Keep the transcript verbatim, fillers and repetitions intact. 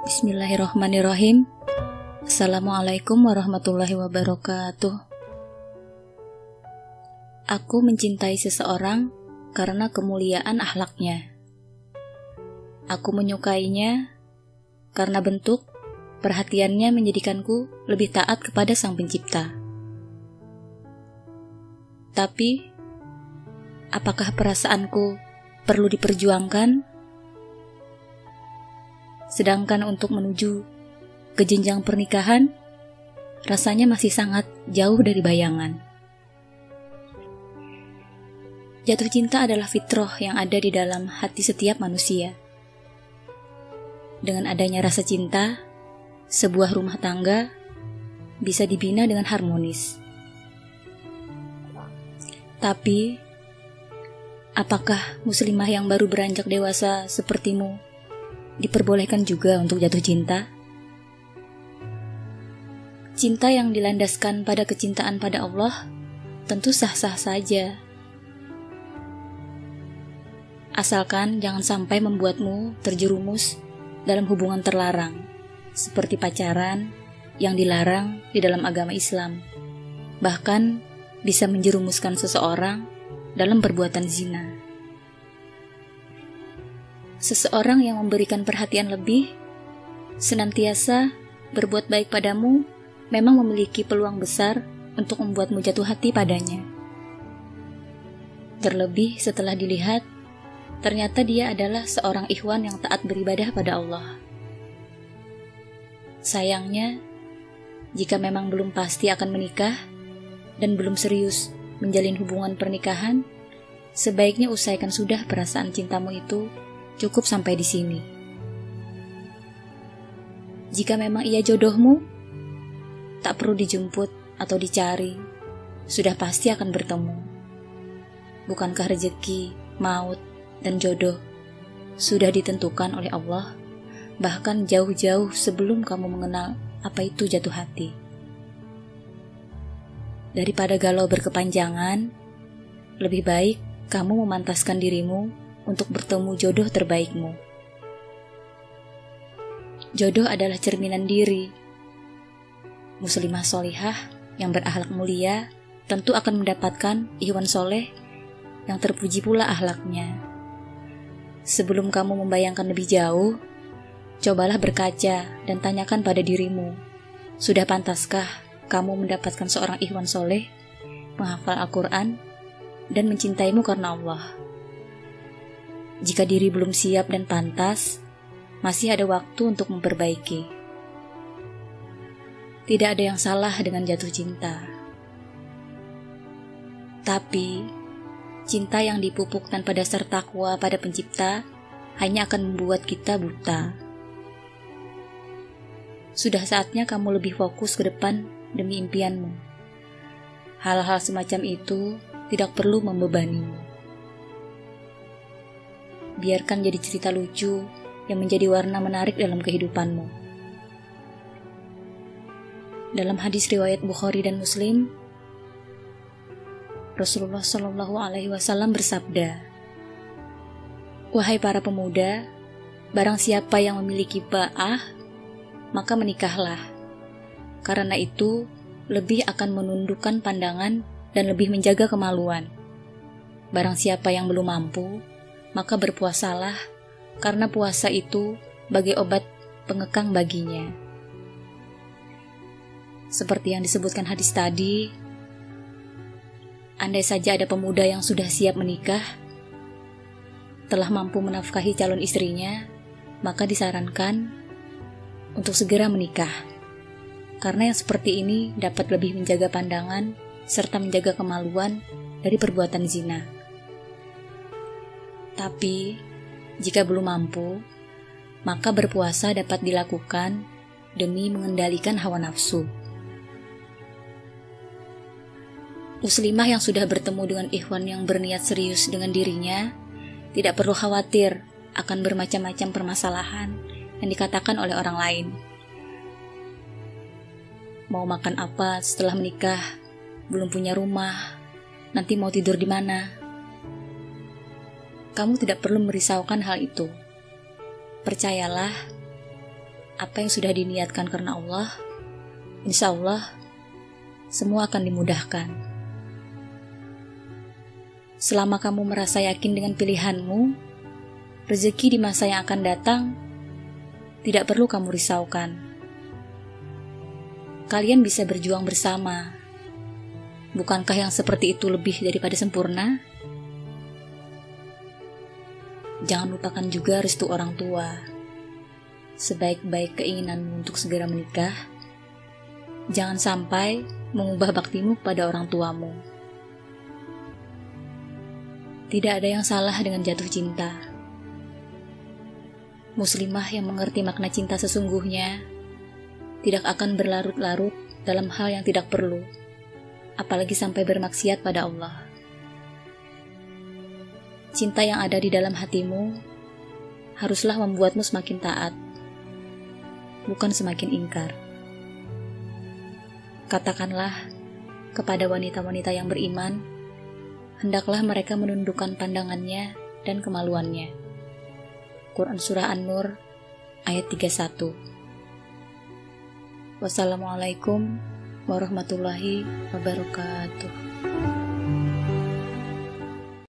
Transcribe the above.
Bismillahirrahmanirrahim. Assalamualaikum warahmatullahi wabarakatuh. Aku mencintai seseorang karena kemuliaan akhlaknya. Aku menyukainya karena bentuk perhatiannya menjadikanku lebih taat kepada Sang Pencipta. Tapi, apakah perasaanku perlu diperjuangkan? Sedangkan untuk menuju ke jenjang pernikahan, rasanya masih sangat jauh dari bayangan. Jatuh cinta adalah fitrah yang ada di dalam hati setiap manusia. Dengan adanya rasa cinta, sebuah rumah tangga bisa dibina dengan harmonis. Tapi, apakah muslimah yang baru beranjak dewasa sepertimu diperbolehkan juga untuk jatuh cinta? Cinta yang dilandaskan pada kecintaan pada Allah tentu sah-sah saja. Asalkan jangan sampai membuatmu terjerumus dalam hubungan terlarang, seperti pacaran yang dilarang di dalam agama Islam. Bahkan bisa menjerumuskan seseorang dalam perbuatan zina. Seseorang yang memberikan perhatian lebih, senantiasa berbuat baik padamu, memang memiliki peluang besar untuk membuatmu jatuh hati padanya. Terlebih setelah dilihat, ternyata dia adalah seorang ikhwan yang taat beribadah pada Allah. Sayangnya, jika memang belum pasti akan menikah dan belum serius menjalin hubungan pernikahan, sebaiknya usaikan sudah perasaan cintamu itu. Cukup sampai di sini. Jika memang ia jodohmu, tak perlu dijemput atau dicari, sudah pasti akan bertemu. Bukankah rezeki, maut, dan jodoh sudah ditentukan oleh Allah, bahkan jauh-jauh sebelum kamu mengenal apa itu jatuh hati? Daripada galau berkepanjangan, lebih baik kamu memantaskan dirimu untuk bertemu jodoh terbaikmu. Jodoh adalah cerminan diri. Muslimah solihah yang berakhlak mulia tentu akan mendapatkan ikhwan soleh yang terpuji pula akhlaknya. Sebelum kamu membayangkan lebih jauh, cobalah berkaca dan tanyakan pada dirimu, sudah pantaskah kamu mendapatkan seorang ikhwan soleh, menghafal Al-Quran, dan mencintaimu karena Allah? Jika diri belum siap dan pantas, masih ada waktu untuk memperbaiki. Tidak ada yang salah dengan jatuh cinta. Tapi, cinta yang dipupuk tanpa dasar takwa pada Pencipta hanya akan membuat kita buta. Sudah saatnya kamu lebih fokus ke depan demi impianmu. Hal-hal semacam itu tidak perlu membebanimu. Biarkan jadi cerita lucu yang menjadi warna menarik dalam kehidupanmu. Dalam hadis riwayat Bukhari dan Muslim, Rasulullah Shallallahu Alaihi Wasallam bersabda, "Wahai para pemuda, barang siapa yang memiliki ba'ah, maka menikahlah. Karena itu lebih akan menundukkan pandangan dan lebih menjaga kemaluan. Barang siapa yang belum mampu, maka berpuasalah, karena puasa itu bagai obat pengekang baginya." Seperti yang disebutkan hadis tadi, andai saja ada pemuda yang sudah siap menikah, telah mampu menafkahi calon istrinya, maka disarankan untuk segera menikah. Karena yang seperti ini dapat lebih menjaga pandangan serta menjaga kemaluan dari perbuatan zina. Tapi, jika belum mampu, maka berpuasa dapat dilakukan demi mengendalikan hawa nafsu. Muslimah yang sudah bertemu dengan ikhwan yang berniat serius dengan dirinya, tidak perlu khawatir akan bermacam-macam permasalahan yang dikatakan oleh orang lain. Mau makan apa setelah menikah, belum punya rumah, nanti mau tidur di mana? Kamu tidak perlu merisaukan hal itu. Percayalah, apa yang sudah diniatkan karena Allah, insya Allah semua akan dimudahkan. Selama kamu merasa yakin dengan pilihanmu, rezeki di masa yang akan datang tidak perlu kamu risaukan. Kalian bisa berjuang bersama. Bukankah yang seperti itu lebih daripada sempurna? Jangan lupakan juga restu orang tua. Sebaik-baik keinginanmu untuk segera menikah, jangan sampai mengubah baktimu pada orang tuamu. Tidak ada yang salah dengan jatuh cinta. Muslimah yang mengerti makna cinta sesungguhnya tidak akan berlarut-larut dalam hal yang tidak perlu, apalagi sampai bermaksiat pada Allah. Cinta yang ada di dalam hatimu haruslah membuatmu semakin taat, bukan semakin ingkar. Katakanlah kepada wanita-wanita yang beriman, hendaklah mereka menundukkan pandangannya dan kemaluannya. Quran Surah An-Nur ayat tiga puluh satu. Wassalamualaikum warahmatullahi wabarakatuh.